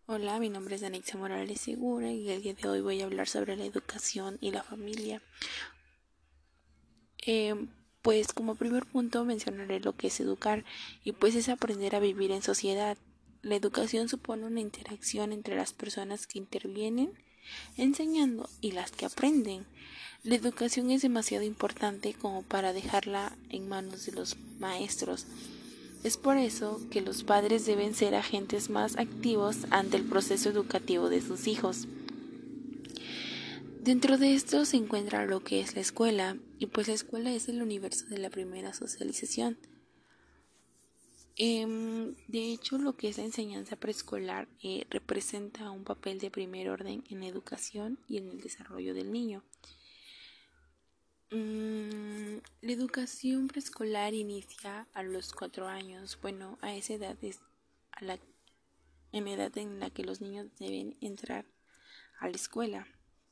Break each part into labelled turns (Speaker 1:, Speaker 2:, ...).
Speaker 1: Hola, mi nombre es Danixa Morales Segura y el día de hoy voy a hablar sobre la educación y la familia. Eh, pues como primer punto mencionaré lo que es educar y pues es aprender a vivir en sociedad. La educación supone una interacción entre las personas que intervienen enseñando y las que aprenden. La educación es demasiado importante como para dejarla en manos de los maestros. Es por eso que los padres deben ser agentes más activos ante el proceso educativo de sus hijos. Dentro de esto se encuentra lo que es la escuela, y pues la escuela es el universo de la primera socialización. De hecho, lo que es la enseñanza preescolar representa un papel de primer orden en la educación y en el desarrollo del niño. La educación preescolar inicia a los 4 años. Bueno, a esa edad es en la edad en la que los niños deben entrar a la escuela,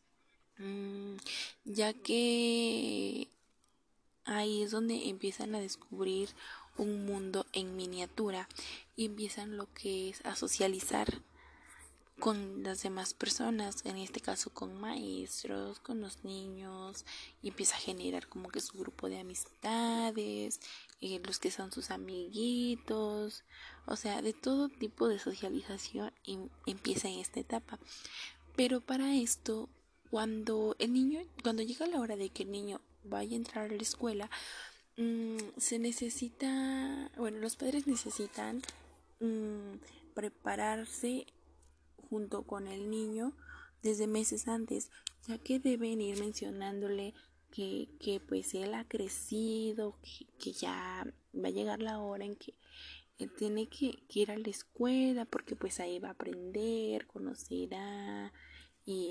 Speaker 1: ya que ahí es donde empiezan a descubrir un mundo en miniatura y empiezan lo que es a socializar con las demás personas, en este caso con maestros, con los niños, y empieza a generar como que su grupo de amistades, los que son sus amiguitos, o sea, de todo tipo de socialización empieza en esta etapa. Pero para esto, cuando llega la hora de que el niño vaya a entrar a la escuela, se necesita, bueno, los padres necesitan prepararse junto con el niño desde meses antes, ya que deben ir mencionándole que pues él ha crecido, que ya va a llegar la hora en que él tiene que ir a la escuela porque pues ahí va a aprender, conocerá y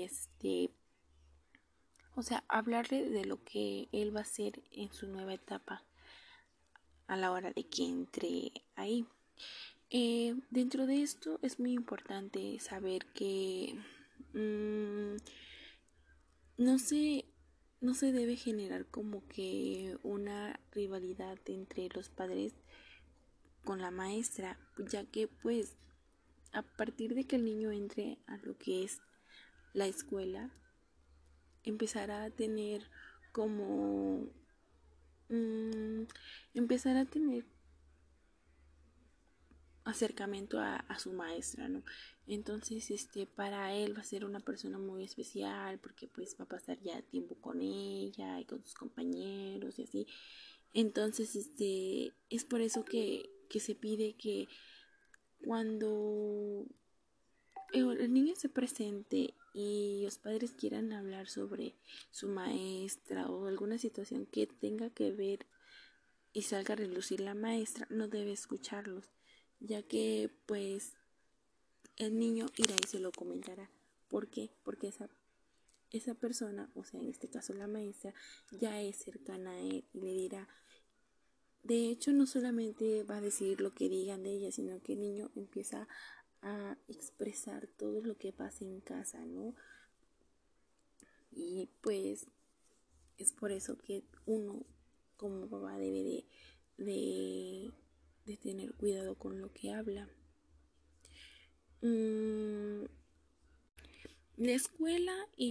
Speaker 1: o sea, hablarle de lo que él va a hacer en su nueva etapa a la hora de que entre ahí. Dentro de esto es muy importante saber que mmm, no se, no se debe generar como que una rivalidad entre los padres con la maestra, ya que pues a partir de que el niño entre a lo que es la escuela, empezará a tener como empezará a tener acercamiento a su maestra, ¿no? Entonces, para él va a ser una persona muy especial porque pues va a pasar ya tiempo con ella y con sus compañeros y así. Entonces, es por eso que se pide que cuando el niño se presente y los padres quieran hablar sobre su maestra o alguna situación que tenga que ver y salga a relucir la maestra, no debe escucharlos, ya que pues el niño irá y se lo comentará. ¿Por qué? Porque esa persona, o sea, en este caso la maestra, ya es cercana a él y le dirá. De hecho, no solamente va a decir lo que digan de ella, sino que el niño empieza a expresar todo lo que pasa en casa, ¿no? Y pues es por eso que uno como papá debe de tener cuidado con lo que habla. La escuela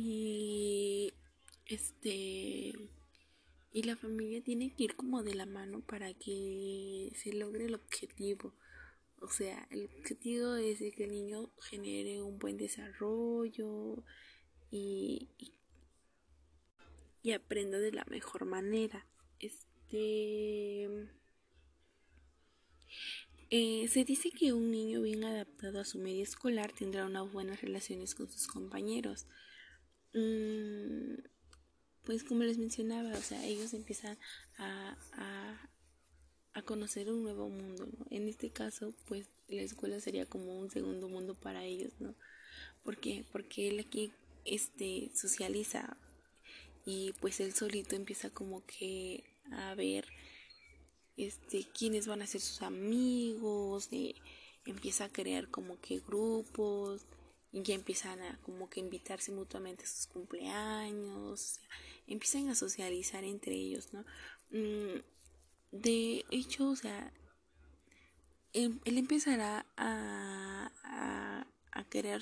Speaker 1: y la familia tienen que ir como de la mano para que se logre el objetivo. O sea, el objetivo es de que el niño genere un buen desarrollo y, y, y aprenda de la mejor manera. Se dice que un niño bien adaptado a su medio escolar tendrá unas buenas relaciones con sus compañeros. Pues como les mencionaba, o sea, ellos empiezan a, a, a conocer un nuevo mundo, ¿no? En este caso, pues la escuela sería como un segundo mundo para ellos, ¿no? ¿Por qué? Porque él aquí socializa y pues él solito empieza como que a ver quiénes van a ser sus amigos, empieza a crear como que grupos y ya empiezan a como que invitarse mutuamente a sus cumpleaños, o sea, empiezan a socializar entre ellos, ¿no? De hecho, o sea, él empezará a crear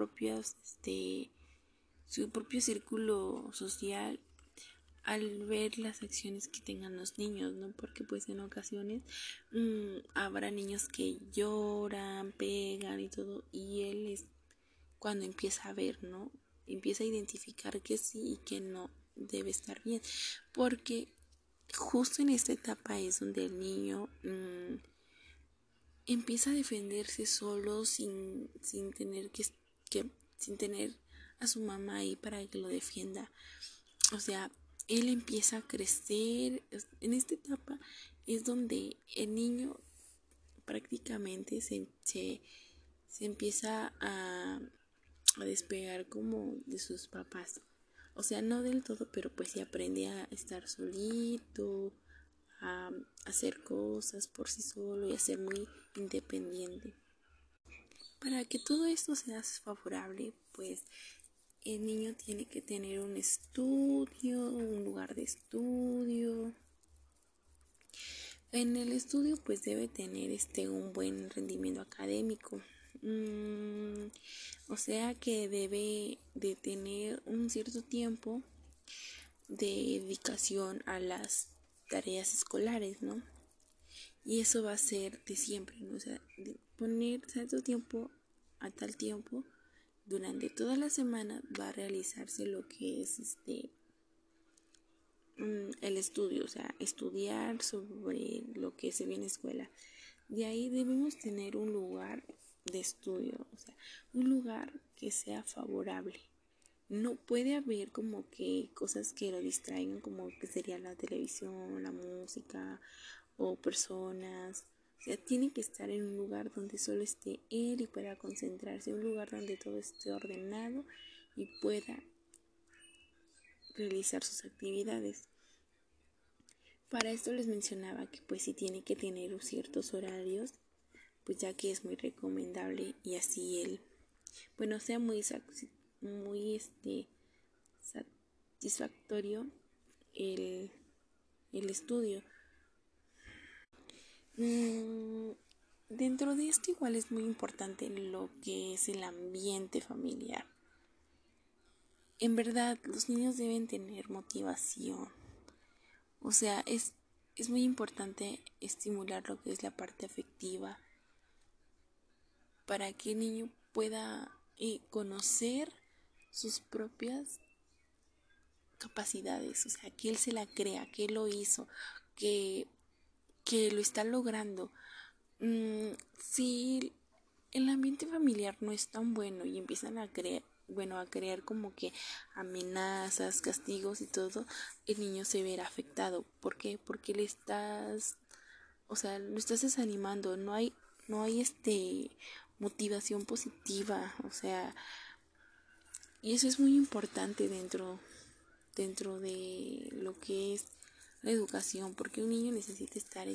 Speaker 1: su propio círculo social al ver las acciones que tengan los niños, ¿no? Porque pues en ocasiones habrá niños que lloran, pegan y todo, y él es cuando empieza a ver, ¿no? Empieza a identificar que sí y que no debe estar bien, porque justo en esta etapa es donde el niño empieza a defenderse solo sin tener sin tener a su mamá ahí para que lo defienda. O sea, él empieza a crecer. En esta etapa es donde el niño prácticamente se empieza a despegar como de sus papás. O sea, no del todo, pero pues sí aprende a estar solito, a hacer cosas por sí solo y a ser muy independiente. Para que todo esto sea favorable, pues el niño tiene que tener un estudio, un lugar de estudio. En el estudio pues debe tener un buen rendimiento académico. O sea que debe de tener un cierto tiempo de dedicación a las tareas escolares, ¿no? Y eso va a ser de siempre, ¿no? O sea, de poner cierto tiempo a tal tiempo, durante toda la semana va a realizarse lo que es el estudio, o sea, estudiar sobre lo que se ve en la escuela. De ahí debemos tener un lugar de estudio, o sea, un lugar que sea favorable. No puede haber como que cosas que lo distraigan, como que sería la televisión, la música o personas. O sea, tiene que estar en un lugar donde solo esté él y pueda concentrarse, un lugar donde todo esté ordenado y pueda realizar sus actividades. Para esto les mencionaba que pues sí tiene que tener ciertos horarios, pues ya que es muy recomendable y así él, bueno, sea muy satisfactorio el, el estudio. Dentro de esto igual es muy importante lo que es el ambiente familiar. En verdad, los niños deben tener motivación. O sea, es muy importante estimular lo que es la parte afectiva para que el niño pueda conocer sus propias capacidades. O sea, que él se la crea, que él lo hizo, que, que lo está logrando. Si el ambiente familiar no es tan bueno y empiezan a crear como que amenazas, castigos y todo, el niño se verá afectado. ¿Por qué? Porque o sea, lo estás desanimando, no hay motivación positiva, o sea, y eso es muy importante dentro de lo que es la educación, porque un niño necesita estar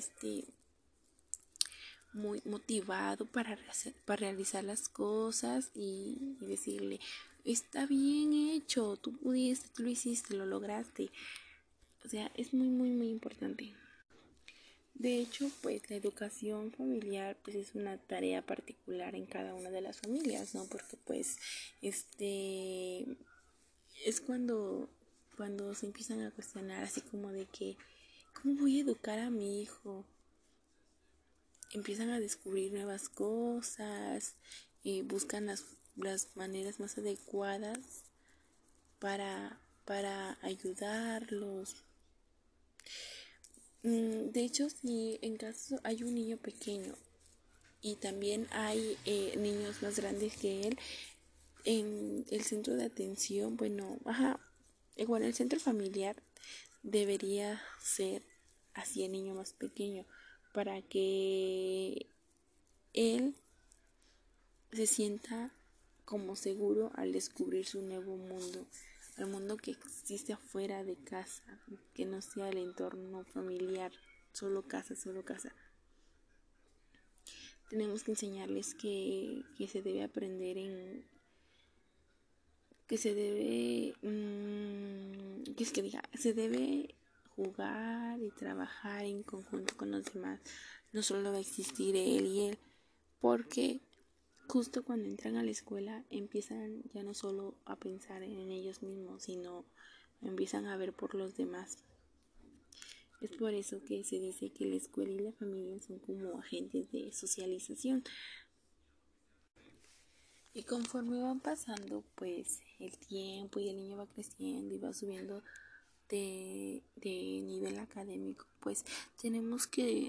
Speaker 1: muy motivado para realizar las cosas y decirle, está bien hecho, tú pudiste, tú lo hiciste, lo lograste. O sea, es muy, muy, muy importante. De hecho, pues la educación familiar pues es una tarea particular en cada una de las familias, ¿no? Porque pues es cuando se empiezan a cuestionar así como de que ¿cómo voy a educar a mi hijo? Empiezan a descubrir nuevas cosas y buscan las maneras más adecuadas para ayudarlos. De hecho, si en caso hay un niño pequeño y también hay niños más grandes que él, en el centro de atención, igual el centro familiar debería ser hacia el niño más pequeño para que él se sienta como seguro al descubrir su nuevo mundo, el mundo que existe afuera de casa, que no sea el entorno familiar, solo casa, solo casa. Tenemos que enseñarles que se debe aprender que se debe, se debe jugar y trabajar en conjunto con los demás. No solo va a existir él y él, porque justo cuando entran a la escuela empiezan ya no solo a pensar en ellos mismos, sino empiezan a ver por los demás. Es por eso que se dice que la escuela y la familia son como agentes de socialización. Y conforme van pasando pues el tiempo y el niño va creciendo y va subiendo de nivel académico, pues tenemos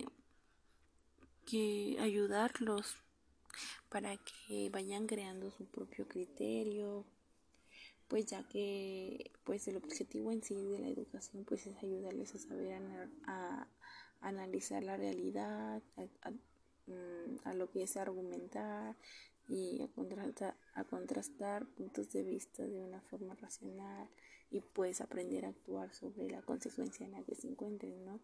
Speaker 1: que ayudarlos para que vayan creando su propio criterio, pues ya que pues el objetivo en sí de la educación pues es ayudarles a saber a analizar la realidad, a lo que es argumentar y a contrastar puntos de vista de una forma racional y pues aprender a actuar sobre la consecuencia en la que se encuentren, ¿no?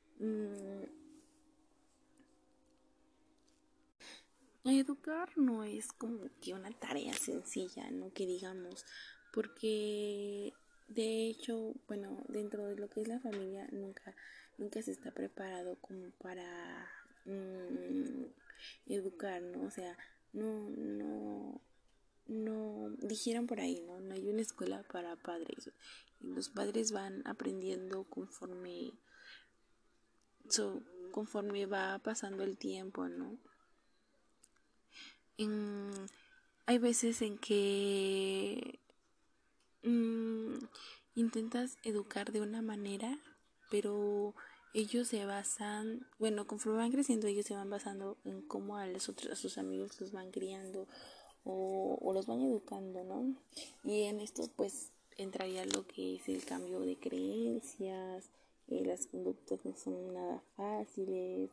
Speaker 1: Educar no es como que una tarea sencilla, ¿no? Que digamos, porque de hecho, bueno, dentro de lo que es la familia nunca se está preparado como para educar, ¿no? O sea, no dijeron por ahí, ¿no? No hay una escuela para padres. Y los padres van aprendiendo conforme va pasando el tiempo, ¿no? Hay veces en que intentas educar de una manera, pero ellos se basan, bueno, conforme van creciendo, ellos se van basando en cómo a sus amigos los van criando o los van educando, ¿no? Y en esto, pues, entraría lo que es el cambio de creencias, las conductas no son nada fáciles.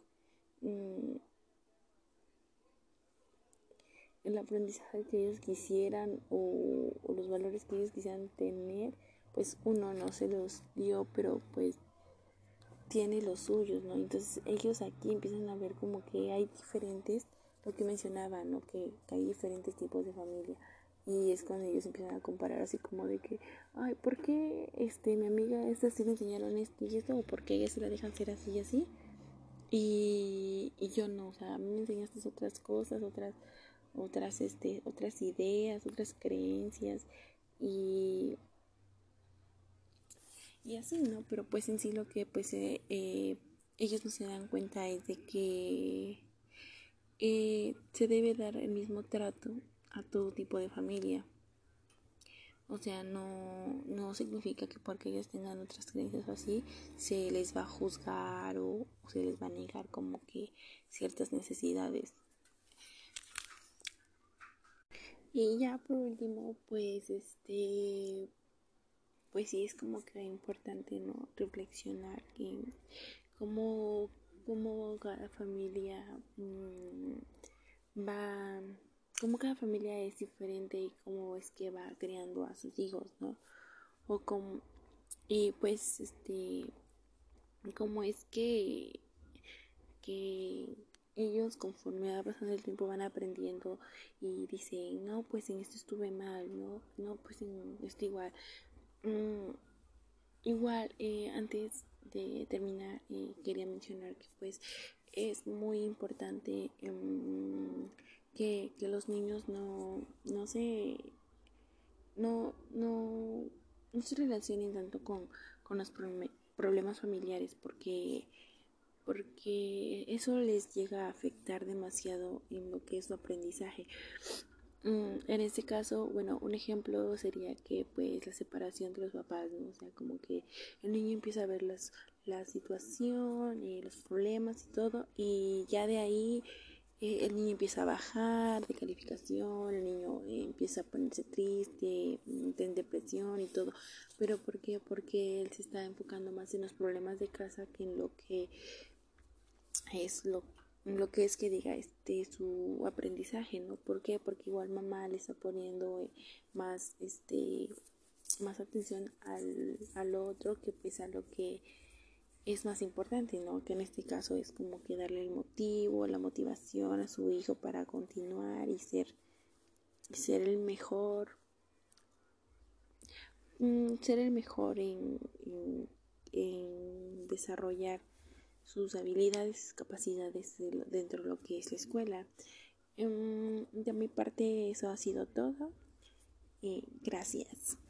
Speaker 1: El aprendizaje que ellos quisieran o los valores que ellos quisieran tener, pues uno no se los dio, pero pues tiene los suyos, ¿no? Entonces ellos aquí empiezan a ver como que hay diferentes, lo que mencionaba, ¿no? Que hay diferentes tipos de familia. Y es cuando ellos empiezan a comparar así como de que, ay, ¿por qué mi amiga esta sí le enseñaron esto y esto? ¿O por qué ella se la dejan ser así y así? Y yo no, o sea, a mí me enseñaste otras cosas, otras ideas, otras creencias y, y así, ¿no? Pero pues en sí lo que pues ellos no se dan cuenta es de que se debe dar el mismo trato a todo tipo de familia. O sea, no significa que porque ellos tengan otras creencias o así, se les va a juzgar o se les va a negar como que ciertas necesidades. Y ya por último, pues sí es como que importante, ¿no? Reflexionar en cómo, cómo cada familia va, cómo cada familia es diferente y cómo es que va creando a sus hijos, ¿no? O cómo, y pues cómo es que ellos conforme va pasando el tiempo van aprendiendo y dicen, no, pues en esto estuve mal, no, pues en esto igual. Igual, antes de terminar, quería mencionar que pues es muy importante que los niños no, no, no se relacionen tanto con los problemas familiares porque eso les llega a afectar demasiado en lo que es su aprendizaje. En este caso, bueno, un ejemplo sería que pues la separación de los papás, ¿no? O sea, como que el niño empieza a ver la situación, los problemas y todo, y ya de ahí el niño empieza a bajar de calificación, el niño empieza a ponerse triste, en depresión y todo. ¿Pero por qué? Porque él se está enfocando más en los problemas de casa que en lo que es lo que es que diga su aprendizaje, ¿no? ¿Por qué? Porque igual mamá le está poniendo más más atención al otro que pues a lo que es más importante, ¿no? Que en este caso es como que darle el motivo, la motivación a su hijo para continuar y ser el mejor, ser el mejor en desarrollar sus habilidades, capacidades dentro de lo que es la escuela. De mi parte eso ha sido todo. Gracias.